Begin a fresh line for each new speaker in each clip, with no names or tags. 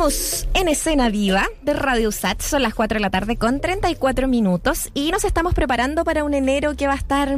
Seguimos en Escena Viva de Radio USACH, son las 4 de la tarde con 34 minutos y nos estamos preparando para un enero que va a estar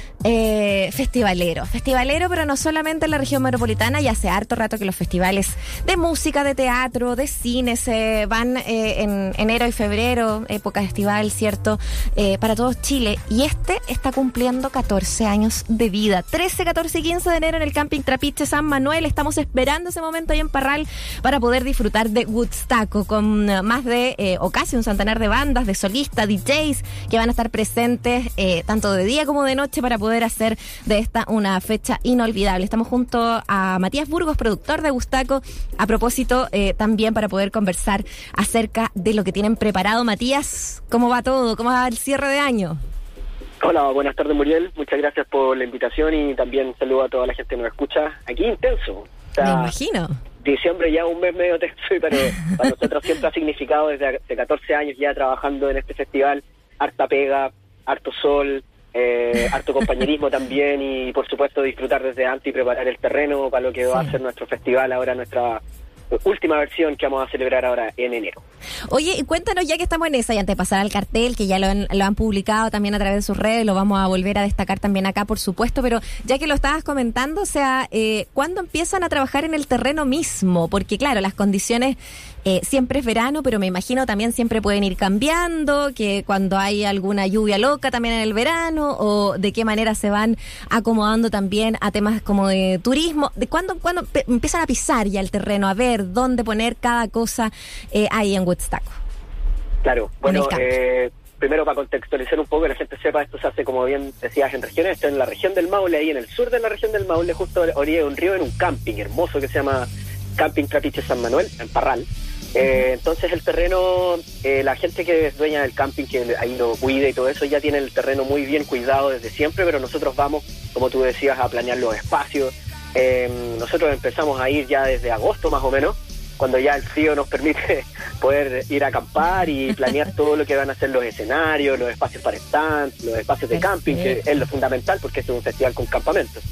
festivalero, pero no solamente en la región metropolitana. Ya hace harto rato que los festivales de música, de teatro, de cine se van en enero y febrero, época estival, ¿cierto? Para todo Chile, y este está cumpliendo 14 años de vida, 13, 14 y 15 de enero en el Camping Trapiche San Manuel. Estamos esperando ese momento ahí en Parral para poder disfrutar de Woodstock con más de, o casi un centenar de bandas, de solistas, DJs que van a estar presentes tanto de día como de noche para poder hacer de esta una fecha inolvidable. Estamos junto a Matías Burgos, productor de Woodstock, a propósito también para poder conversar acerca de lo que tienen preparado. Matías, ¿cómo va todo? ¿Cómo va el cierre de año?
Hola, buenas tardes, Muriel. Muchas gracias por la invitación y también saludo a toda la gente que nos escucha. Aquí intenso. O sea,
me imagino.
Diciembre ya un mes medio tenso, pero para nosotros siempre ha significado desde hace 14 años ya trabajando en este festival, harta pega, harto sol, harto compañerismo también, y por supuesto disfrutar desde antes y preparar el terreno para lo que va a ser nuestro festival, ahora nuestra última versión que vamos a celebrar ahora en enero.
Oye, y cuéntanos, ya que estamos en esa y antes de pasar al cartel, que ya lo han publicado también a través de sus redes, lo vamos a volver a destacar también acá, por supuesto, pero ya que lo estabas comentando, o sea, ¿cuándo empiezan a trabajar en el terreno mismo? Porque claro, las condiciones siempre es verano, pero me imagino también siempre pueden ir cambiando, que cuando hay alguna lluvia loca también en el verano, o de qué manera se van acomodando también a temas como de turismo. ¿De cuándo empiezan a pisar ya el terreno, a ver dónde poner cada cosa ahí en Woodstock?
Claro, bueno, primero para contextualizar un poco, que la gente sepa, esto se hace, como bien decías, en regiones. Esto en la región del Maule, ahí en el sur de la región del Maule, justo a orilla de un río, en un camping hermoso que se llama Camping Trapiche San Manuel, en Parral. Entonces el terreno, la gente que es dueña del camping, que ahí lo cuida y todo eso, ya tiene el terreno muy bien cuidado desde siempre, pero nosotros vamos, como tú decías, a planear los espacios. Nosotros empezamos a ir ya desde agosto más o menos, cuando ya el frío nos permite poder ir a acampar y planear todo lo que van a ser los escenarios, los espacios para stands, los espacios de camping, que es lo fundamental porque este es un festival con campamentos.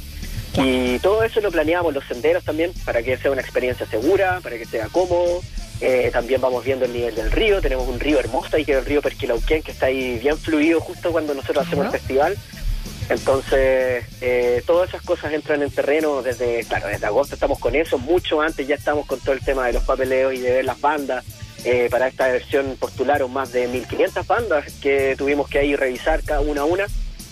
Y todo eso lo planeamos, los senderos también, para que sea una experiencia segura, para que sea cómodo. También vamos viendo el nivel del río. Tenemos un río hermoso ahí, que es el río Perquilauquén, que está ahí bien fluido justo cuando nosotros hacemos el festival. Entonces, todas esas cosas entran en terreno desde agosto estamos con eso. Mucho antes ya estamos con todo el tema de los papeleos y de ver las bandas. Para esta versión postularon más de 1.500 bandas que tuvimos que ahí revisar cada una a una.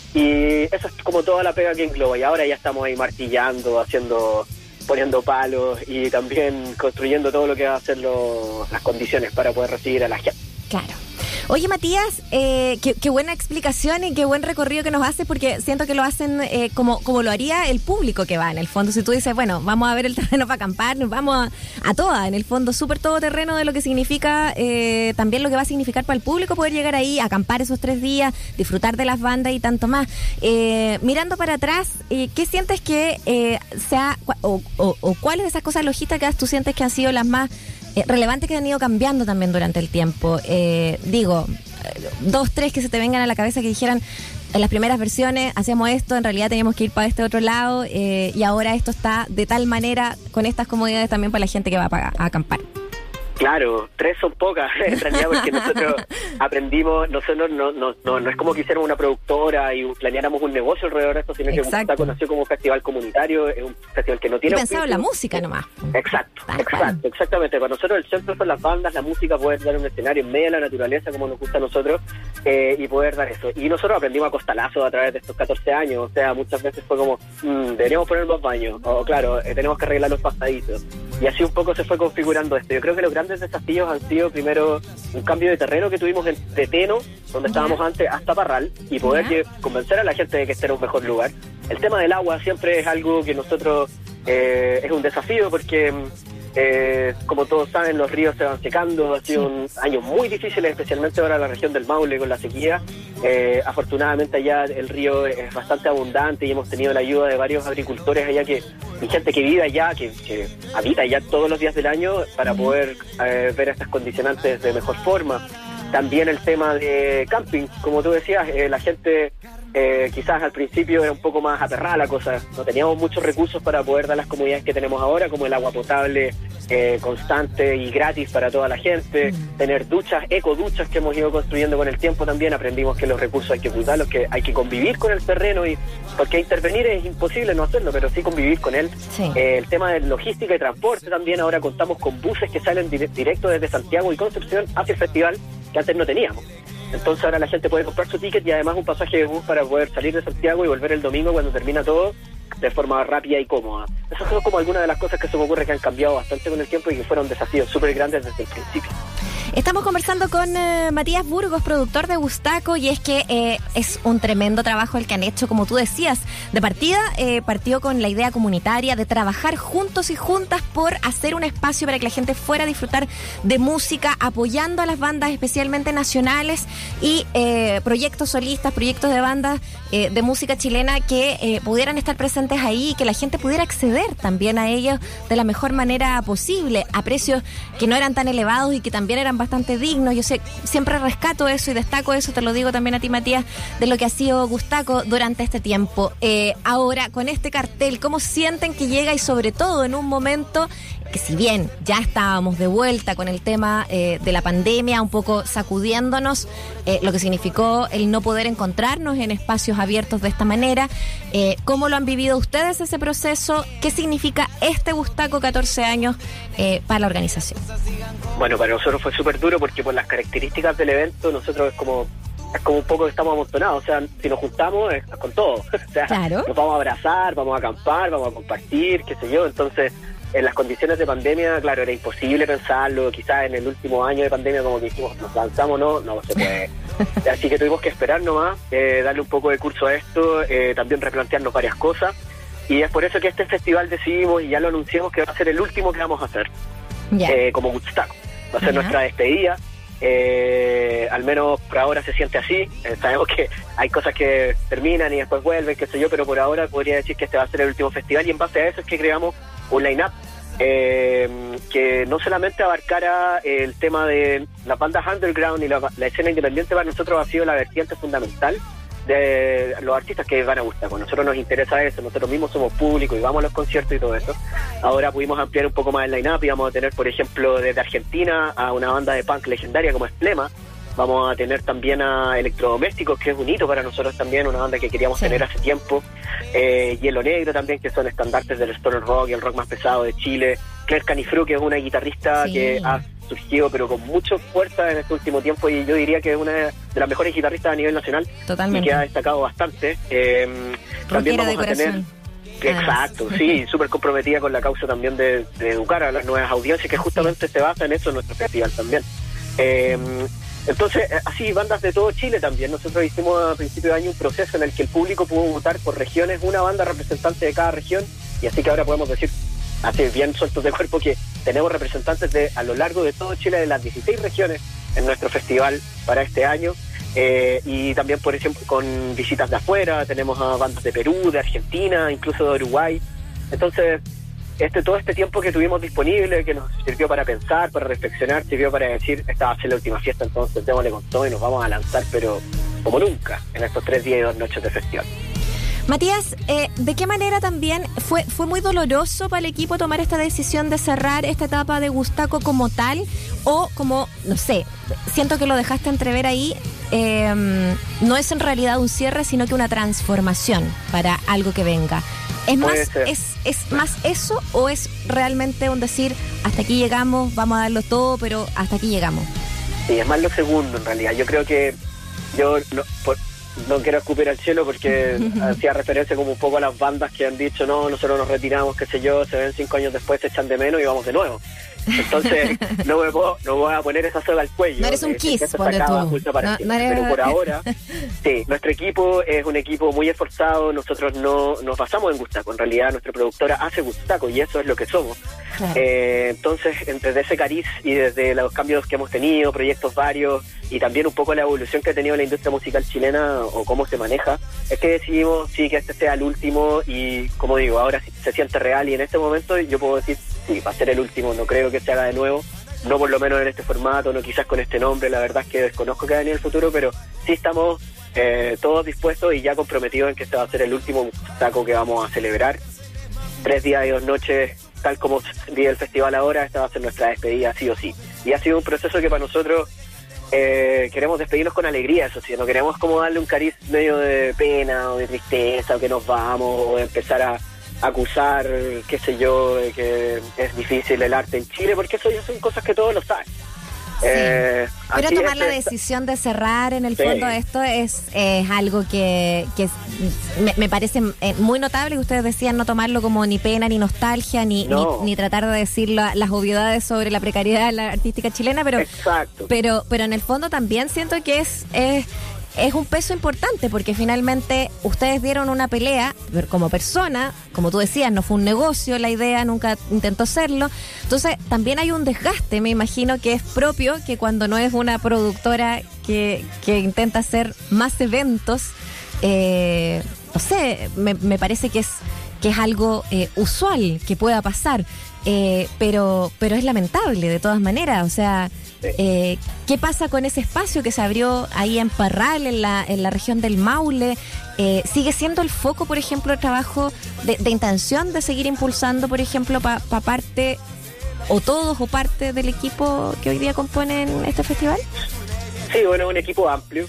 Y eso es como toda la pega que engloba. Y ahora ya estamos ahí martillando, poniendo palos y también construyendo todo lo que va a ser las condiciones para poder recibir a la gente.
Claro. Oye, Matías, qué buena explicación y qué buen recorrido que nos haces, porque siento que lo hacen como lo haría el público que va, en el fondo. Si tú dices, bueno, vamos a ver el terreno para acampar, nos vamos a toda, en el fondo, súper todoterreno de lo que significa, también lo que va a significar para el público poder llegar ahí, acampar esos 3 días, disfrutar de las bandas y tanto más. Mirando para atrás, ¿qué sientes que o cuáles de esas cosas logísticas tú sientes que han sido las más relevantes, que han ido cambiando también durante el tiempo? 2, 3 que se te vengan a la cabeza, que dijeran, en las primeras versiones hacíamos esto, en realidad teníamos que ir para este otro lado, y ahora esto está de tal manera, con estas comodidades también para la gente que va a acampar.
Claro, 3 son pocas en realidad, porque nosotros aprendimos, nosotros no es como que hiciéramos una productora y planeáramos un negocio alrededor de esto, sino que Woodstock nació como un festival comunitario, es un festival que no tiene...
Y pensado en la música nomás.
Exactamente. Para nosotros el centro son las bandas, la música, poder dar un escenario en medio de la naturaleza como nos gusta a nosotros, y poder dar eso. Y nosotros aprendimos a costalazos a través de estos 14 años, o sea, muchas veces fue como, deberíamos poner más baños, o claro, tenemos que arreglar los pasadizos. Y así un poco se fue configurando esto. Yo creo que los grandes desafíos han sido primero un cambio de terreno que tuvimos de Teno, donde estábamos antes, hasta Parral, y poder convencer a la gente de que este era un mejor lugar. El tema del agua siempre es algo que nosotros es un desafío, porque como todos saben, los ríos se van secando. Ha sido un año muy difícil, especialmente ahora en la región del Maule con la sequía. Afortunadamente allá el río es bastante abundante y hemos tenido la ayuda de varios agricultores allá y gente que vive allá, que habita allá todos los días del año, para poder ver estas condicionantes de mejor forma. También el tema de camping, como tú decías, la gente quizás al principio era un poco más aterrada la cosa, no teníamos muchos recursos para poder dar las comodidades que tenemos ahora, como el agua potable constante y gratis para toda la gente, tener duchas, ecoduchas que hemos ido construyendo con el tiempo también. Aprendimos que los recursos hay que cuidarlos, que hay que convivir con el terreno, y porque intervenir es imposible no hacerlo, pero sí convivir con él.
Sí.
El tema de logística y transporte también, ahora contamos con buses que salen directo desde Santiago y Concepción hacia el festival, que antes no teníamos. Entonces ahora la gente puede comprar su ticket y además un pasaje de bus para poder salir de Santiago y volver el domingo cuando termina todo, de forma rápida y cómoda. Esas son como algunas de las cosas que se me ocurre que han cambiado bastante con el tiempo y que fueron desafíos súper grandes desde el principio.
Estamos conversando con Matías Burgos, productor de Gustaco, y es que es un tremendo trabajo el que han hecho, como tú decías. De partida, partió con la idea comunitaria de trabajar juntos y juntas por hacer un espacio para que la gente fuera a disfrutar de música, apoyando a las bandas, especialmente nacionales, y proyectos solistas, proyectos de bandas de música chilena que pudieran estar presentes ahí y que la gente pudiera acceder también a ellos de la mejor manera posible, a precios que no eran tan elevados y que también eran bastante dignos. Yo sé, siempre rescato eso y destaco eso, te lo digo también a ti, Matías, de lo que ha sido Gustaco durante este tiempo. Ahora, con este cartel, ¿cómo sienten que llega? Y sobre todo en un momento que, si bien ya estábamos de vuelta con el tema de la pandemia, un poco sacudiéndonos, lo que significó el no poder encontrarnos en espacios abiertos de esta manera, ¿cómo lo han vivido ustedes ese proceso? ¿Qué significa este Gustaco 14 años para la organización?
Bueno, para nosotros fue súper duro porque por las características del evento nosotros es como un poco que estamos amontonados. O sea, si nos juntamos es con todo. O sea,
claro,
nos vamos a abrazar, vamos a acampar, vamos a compartir, qué sé yo. Entonces, en las condiciones de pandemia, claro, era imposible pensarlo. Quizás en el último año de pandemia, como que dijimos, nos lanzamos, no se puede. Así que tuvimos que esperar nomás, darle un poco de curso a esto, también replantearnos varias cosas. Y es por eso que este festival decidimos, y ya lo anunciamos, que va a ser el último que vamos a hacer, como Gustaco. Va a ser nuestra despedida. Al menos por ahora se siente así. Sabemos que hay cosas que terminan y después vuelven, qué sé yo, pero por ahora podría decir que este va a ser el último festival, y en base a eso es que creamos un line-up que no solamente abarcara el tema de las bandas underground y la escena independiente. Para nosotros ha sido la vertiente fundamental de los artistas que van a Gustaco. A nosotros nos interesa eso, nosotros mismos somos público y vamos a los conciertos y todo eso. Ahora pudimos ampliar un poco más el line-up y vamos a tener, por ejemplo, desde Argentina a una banda de punk legendaria como Esplema. Vamos a tener también a Electrodomésticos, que es un hito para nosotros también, una banda que queríamos tener hace tiempo. Hielo Negro también, que son estandartes del stoner rock y el rock más pesado de Chile. Claire Canifru, que es una guitarrista que ha surgido pero con mucha fuerza en este último tiempo, y yo diría que es una de las mejores guitarristas a nivel nacional.
Totalmente.
Y que ha destacado bastante. También vamos a tener... Exacto, sí, súper comprometida con la causa también de educar a las nuevas audiencias, que justamente se basa en eso en nuestro festival también. Entonces, así, bandas de todo Chile también. Nosotros hicimos a principio de año un proceso en el que el público pudo votar por regiones, una banda representante de cada región, y así que ahora podemos decir, así bien sueltos de cuerpo, que tenemos representantes de a lo largo de todo Chile, de las 16 regiones en nuestro festival para este año. Y también, por ejemplo, con visitas de afuera, tenemos a bandas de Perú, de Argentina, incluso de Uruguay. Entonces, todo este tiempo que tuvimos disponible, que nos sirvió para pensar, para reflexionar, sirvió para decir, esta va a ser la última fiesta, entonces démosle con todo y nos vamos a lanzar, pero como nunca, en estos 3 días y 2 noches de festival.
Matías, ¿de qué manera también fue muy doloroso para el equipo tomar esta decisión de cerrar esta etapa de Gustaco como tal? O como, no sé, siento que lo dejaste entrever ahí, no es en realidad un cierre, sino que una transformación para algo que venga. ¿Es más eso o es realmente un decir, hasta aquí llegamos, vamos a darlo todo, pero hasta aquí llegamos?
Sí, es más lo segundo en realidad. Yo creo que no quiero escupir al cielo porque hacía referencia como un poco a las bandas que han dicho, no, nosotros nos retiramos, qué sé yo, se ven 5 años después, se echan de menos y vamos de nuevo. Entonces no voy a poner esa soga al cuello.
No eres un Kiss, ponle tú.
Pero por ahora, sí, nuestro equipo es un equipo muy esforzado. Nosotros no nos basamos en Gustaco. En realidad, nuestra productora hace Gustaco y eso es lo que somos. Claro. Entonces, desde ese cariz y desde los cambios que hemos tenido, proyectos varios, y también un poco la evolución que ha tenido la industria musical chilena o cómo se maneja, es que decidimos que este sea el último. Y como digo, ahora sí se siente real, y en este momento yo puedo decir, sí, va a ser el último. No creo que se haga de nuevo, no por lo menos en este formato, no quizás con este nombre. La verdad es que desconozco qué va a venir en el futuro, pero sí estamos todos dispuestos y ya comprometidos en que este va a ser el último Gustaco que vamos a celebrar. 3 días y 2 noches tal como vive el festival ahora, esta va a ser nuestra despedida sí o sí. Y ha sido un proceso que para nosotros queremos despedirnos con alegría, eso sí, no queremos como darle un cariz medio de pena o de tristeza o que nos vamos o empezar a acusar, qué sé yo, de que es difícil el arte en Chile, porque eso ya son cosas que todos lo saben.
Sí. Pero tomar la decisión de cerrar en el fondo esto es algo que me parece muy notable, que ustedes decían no tomarlo como ni pena, ni nostalgia, ni tratar de decir las obviedades sobre la precariedad de la artística chilena, pero
exacto.
Pero en el fondo también siento que es un peso importante, porque finalmente ustedes dieron una pelea como persona, como tú decías, no fue un negocio la idea, nunca intentó serlo, entonces también hay un desgaste, me imagino que es propio, que cuando no es una productora que intenta hacer más eventos, no sé, me parece que es algo usual que pueda pasar, pero es lamentable de todas maneras, o sea... ¿Qué pasa con ese espacio que se abrió ahí en Parral, en la región del Maule? ¿Sigue siendo el foco, por ejemplo, el trabajo de intención de seguir impulsando, por ejemplo, para parte, o todos o parte del equipo que hoy día componen este festival?
Sí, bueno, es un equipo amplio.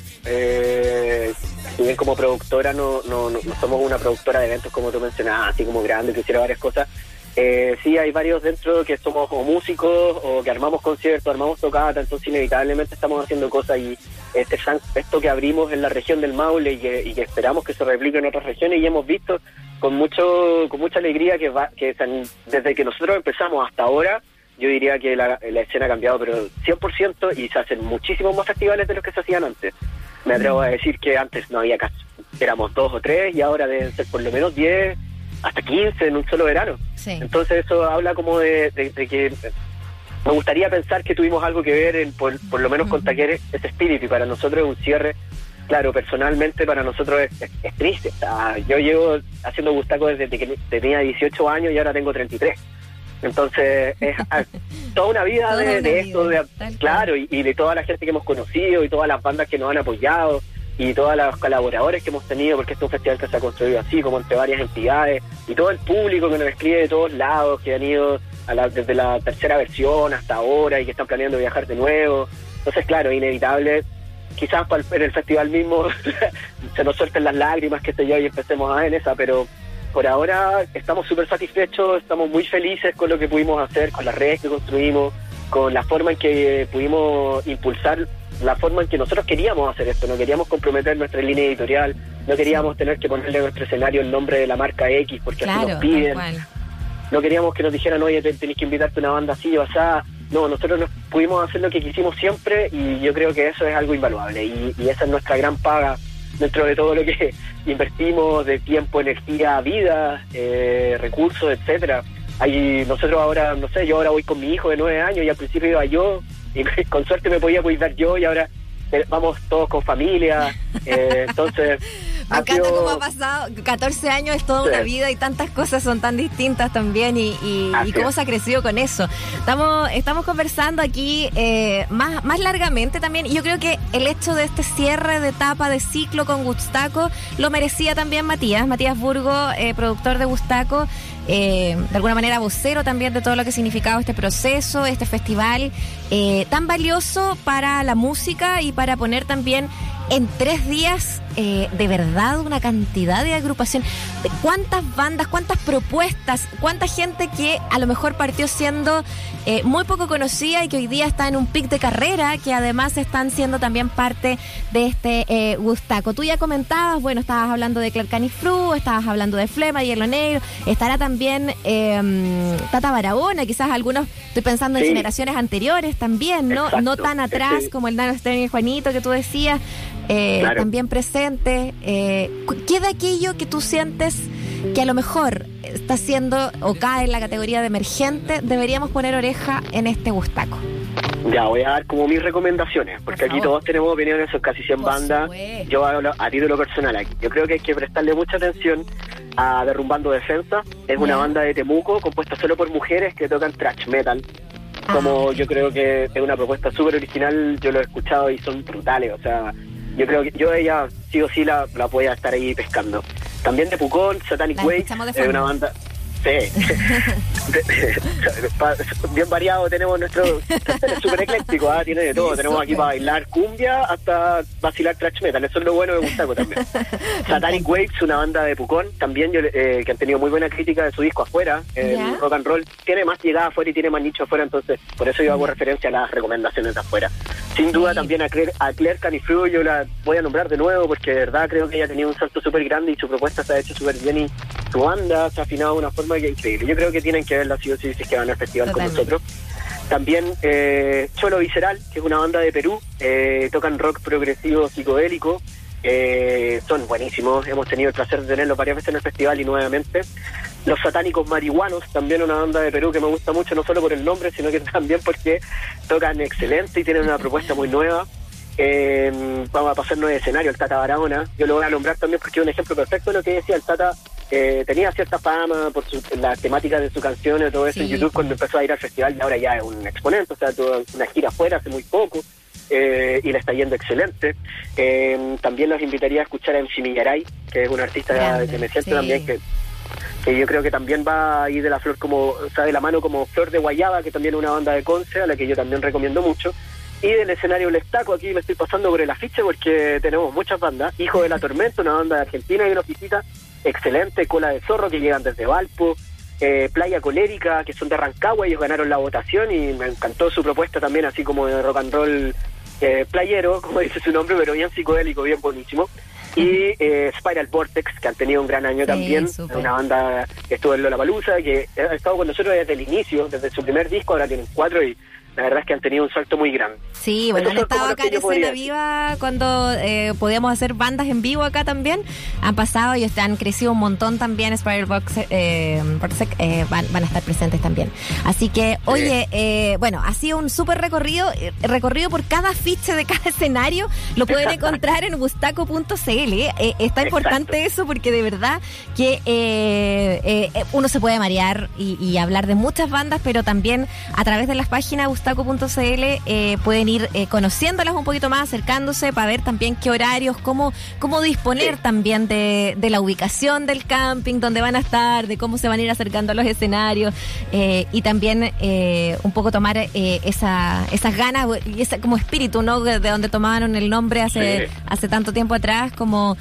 Si bien como productora no somos una productora de eventos como tú mencionabas, así como grande, que hiciera varias cosas. Sí, hay varios dentro que somos o músicos o que armamos conciertos, armamos tocatas, entonces inevitablemente estamos haciendo cosas y esto que abrimos en la región del Maule y que esperamos que se replique en otras regiones y hemos visto con mucha alegría que desde que nosotros empezamos hasta ahora, yo diría que la escena ha cambiado pero 100% y se hacen muchísimos más festivales de los que se hacían antes. Me atrevo a decir que antes no había casi, éramos 2 o 3 y ahora deben ser por lo menos 10 hasta 15 en un solo verano.
Sí.
Entonces eso habla como de que me gustaría pensar que tuvimos algo que ver en por lo menos contagiar ese espíritu, y para nosotros es un cierre, claro, personalmente para nosotros es triste. O sea, yo llevo haciendo Bustaco desde que tenía 18 años y ahora tengo 33. Entonces es toda una vida de esto, claro, y de toda la gente que hemos conocido y todas las bandas que nos han apoyado y todos los colaboradores que hemos tenido, porque este es un festival que se ha construido así, como entre varias entidades, y todo el público que nos escribe de todos lados, que han ido desde la tercera versión hasta ahora y que están planeando viajar de nuevo. Entonces, claro, inevitable, quizás en el festival mismo se nos suelten las lágrimas, qué sé yo, y empecemos a ver esa, pero por ahora estamos súper satisfechos, estamos muy felices con lo que pudimos hacer, con las redes que construimos, con la forma en que pudimos impulsar la forma en que nosotros queríamos hacer esto. No queríamos comprometer nuestra línea editorial, no queríamos tener que ponerle a nuestro escenario el nombre de la marca X porque así nos piden. No queríamos que nos dijeran, oye, tenés que invitarte a una banda así o así. No, nosotros pudimos hacer lo que quisimos siempre y yo creo que eso es algo invaluable y esa es nuestra gran paga dentro de todo lo que invertimos de tiempo, energía, vida, recursos, etcétera. Nosotros ahora, no sé, yo ahora voy con mi hijo de 9 años y al principio iba yo y con suerte me podía cuidar yo y ahora vamos todos con familia, entonces...
Me encanta cómo ha pasado, 14 años es toda una vida y tantas cosas son tan distintas también y cómo se ha crecido con eso. Estamos conversando aquí más largamente también y yo creo que el hecho de este cierre de etapa de ciclo con Bustaco lo merecía también Matías Burgo, productor de Bustaco, de alguna manera vocero también de todo lo que ha significado este proceso, este festival tan valioso para la música y para poner también en 3 días de verdad una cantidad de agrupación, cuántas bandas, cuántas propuestas, cuánta gente que a lo mejor partió siendo muy poco conocida y que hoy día está en un pic de carrera, que además están siendo también parte de este Bustaco. Tú ya comentabas, bueno, estabas hablando de Clark Canifru, estabas hablando de Flema, Hielo Negro, estará también Tata Barahona, quizás algunos, estoy pensando en generaciones anteriores también, ¿no? Exacto. No tan atrás como el Nano Stern y el Juanito que tú decías, claro. También presente. ¿Qué de aquello que tú sientes que a lo mejor está siendo o cae en la categoría de emergente, deberíamos poner oreja en este Bustaco?
Ya, voy a dar como mis recomendaciones, porque aquí todos tenemos opiniones, son casi 100 bandas. Yo hablo a título personal aquí. Yo creo que hay que prestarle mucha atención a Derrumbando Defensa. Es una banda de Temuco compuesta solo por mujeres que tocan thrash metal. Como yo creo que es una propuesta súper original, yo lo he escuchado y son brutales, o sea, yo creo que ella sí o sí la voy a estar ahí pescando. También de Pucón, Satanic Waste, es una banda, Sí. Bien variado tenemos nuestro... Es súper ecléctico, tiene de todo. Tenemos aquí para bailar cumbia hasta vacilar thrash metal. Eso es lo bueno de Bustaco también. Satanic Waves, una banda de Pucón, también que han tenido muy buena crítica de su disco afuera. Rock and roll tiene más llegada afuera y tiene más nicho afuera, entonces por eso yo hago referencia a las recomendaciones de afuera. Sin duda también a Claire Canifru, yo la voy a nombrar de nuevo porque de verdad creo que ella ha tenido un salto súper grande y su propuesta se ha hecho súper bien y su banda se ha afinado de una forma que es increíble. Yo creo que tienen que verla sí o sí si es que van al festival con nosotros. También Cholo Visceral, que es una banda de Perú, tocan rock progresivo psicodélico, son buenísimos, hemos tenido el placer de tenerlos varias veces en el festival y nuevamente. Los Satánicos Marihuanos, también una banda de Perú que me gusta mucho, no solo por el nombre, sino que también porque tocan excelente y tienen una propuesta muy nueva. Vamos a pasarnos de escenario, el Tata Barahona, yo lo voy a nombrar también porque es un ejemplo perfecto de lo que decía el Tata. Tenía cierta fama por la temática de su canción y todo eso en YouTube cuando empezó a ir al festival, y ahora ya es un exponente, o sea, tuvo una gira afuera hace muy poco y le está yendo excelente. También los invitaría a escuchar a MC Millaray, que es un artista que me siento también que yo creo que también va ahí de la flor como, o sea, de la mano como Flor de Guayaba, que también es una banda de Conce, a la que yo también recomiendo mucho. Y del escenario Les Taco, aquí me estoy pasando por el afiche porque tenemos muchas bandas. Hijo de la Tormenta, una banda de Argentina y una visita excelente. Cola de Zorro, que llegan desde Valpo. Playa Colérica, que son de Rancagua, ellos ganaron la votación y me encantó su propuesta también, así como de rock and roll playero, como dice su nombre, pero bien psicodélico, bien buenísimo. Y Spiral Vortex, que han tenido un gran año también, una banda que estuvo en Lollapalooza, que ha estado con nosotros desde el inicio, desde su primer disco, ahora tienen 4 y la verdad es que han tenido un salto muy grande.
Sí, bueno, han estado acá en Escena Viva cuando podíamos hacer bandas en vivo acá también. Han pasado y han crecido un montón también. Spiral Vortex van a estar presentes también. Así que, oye, bueno, ha sido un súper recorrido por cada ficha de cada escenario. Lo pueden encontrar en bustaco.cl. Está importante eso porque de verdad que uno se puede marear y hablar de muchas bandas, pero también a través de las páginas bustaco.cl pueden ir conociéndolas un poquito más, acercándose para ver también qué horarios, cómo disponer también de la ubicación del camping, dónde van a estar, de cómo se van a ir acercando a los escenarios y también un poco tomar esas ganas y ese como espíritu, ¿no? De donde tomaron el nombre hace tanto tiempo atrás, como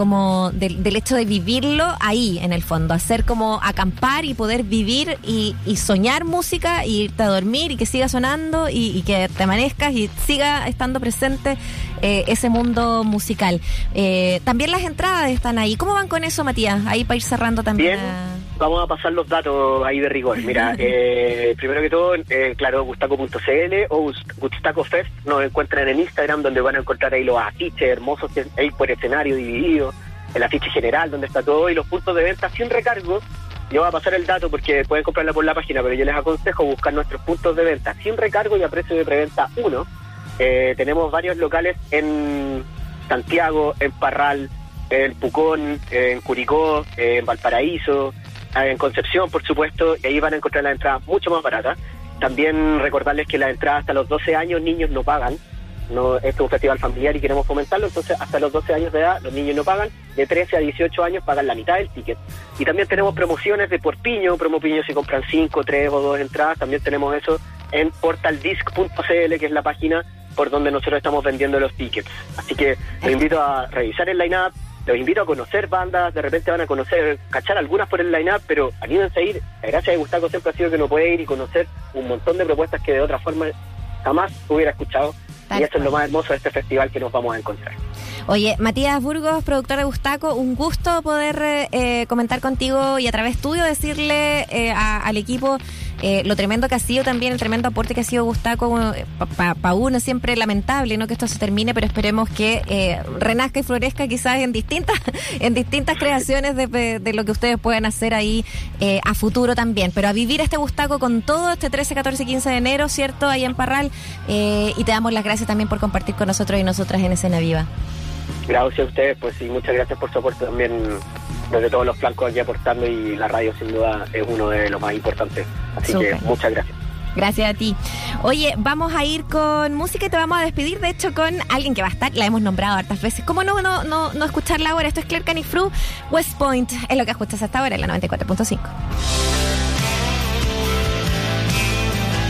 del hecho de vivirlo ahí en el fondo, hacer como acampar y poder vivir y soñar música y irte a dormir y que siga sonando y que te amanezcas y siga estando presente ese mundo musical. También las entradas están ahí. ¿Cómo van con eso, Matías? Ahí para ir cerrando también.
Bien, vamos a pasar los datos ahí de rigor. Mira, primero que todo, claro, bustaco.cl o Bustaco Fest nos encuentran en Instagram, donde van a encontrar ahí los afiches hermosos que hay por escenario dividido, el afiche general donde está todo y los puntos de venta sin recargo. Yo voy a pasar el dato porque pueden comprarla por la página, pero yo les aconsejo buscar nuestros puntos de venta sin recargo y a precio de preventa 1. Tenemos varios locales en Santiago, en Parral, en Pucón, en Curicó, en Valparaíso, en Concepción, por supuesto, y ahí van a encontrar las entradas mucho más baratas. También recordarles que las entradas hasta los 12 años niños no pagan. No, este es un festival familiar y queremos fomentarlo, entonces hasta los 12 años de edad los niños no pagan, de 13 a 18 años pagan la mitad del ticket. Y también tenemos promociones de Porpiño, Promopiño si compran 5, 3 o 2 entradas, también tenemos eso en portaldisc.cl, que es la página por donde nosotros estamos vendiendo los tickets. Así que los invito a revisar el line-up, los invito a conocer bandas, de repente van a cachar algunas por el line-up, pero anímense a ir. La gracia de Bustaco siempre ha sido que uno puede ir y conocer un montón de propuestas que de otra forma jamás hubiera escuchado. Y eso es lo más hermoso de este festival que nos vamos a encontrar.
Oye, Matías Burgos, productor de Bustaco, un gusto poder comentar contigo y a través tuyo decirle al equipo lo tremendo que ha sido también, el tremendo aporte que ha sido Bustaco para uno, siempre lamentable, ¿no?, que esto se termine, pero esperemos que renazca y florezca quizás en distintas creaciones de lo que ustedes pueden hacer ahí a futuro también, pero a vivir este Bustaco con todo este 13, 14 y 15 de enero, ¿cierto?, ahí en Parral, y te damos las gracias también por compartir con nosotros y nosotras en Escena Viva.
Gracias a ustedes, pues, y muchas gracias por su aporte también desde todos los flancos aquí aportando, y la radio sin duda es uno de los más importantes, así Super. Que muchas gracias.
Gracias a ti. Oye, vamos a ir con música y te vamos a despedir, de hecho, con alguien que va a estar, la hemos nombrado hartas veces. ¿Cómo no escucharla ahora? Esto es Claire Canifru, West Point, es lo que escuchas hasta ahora en la 94.5.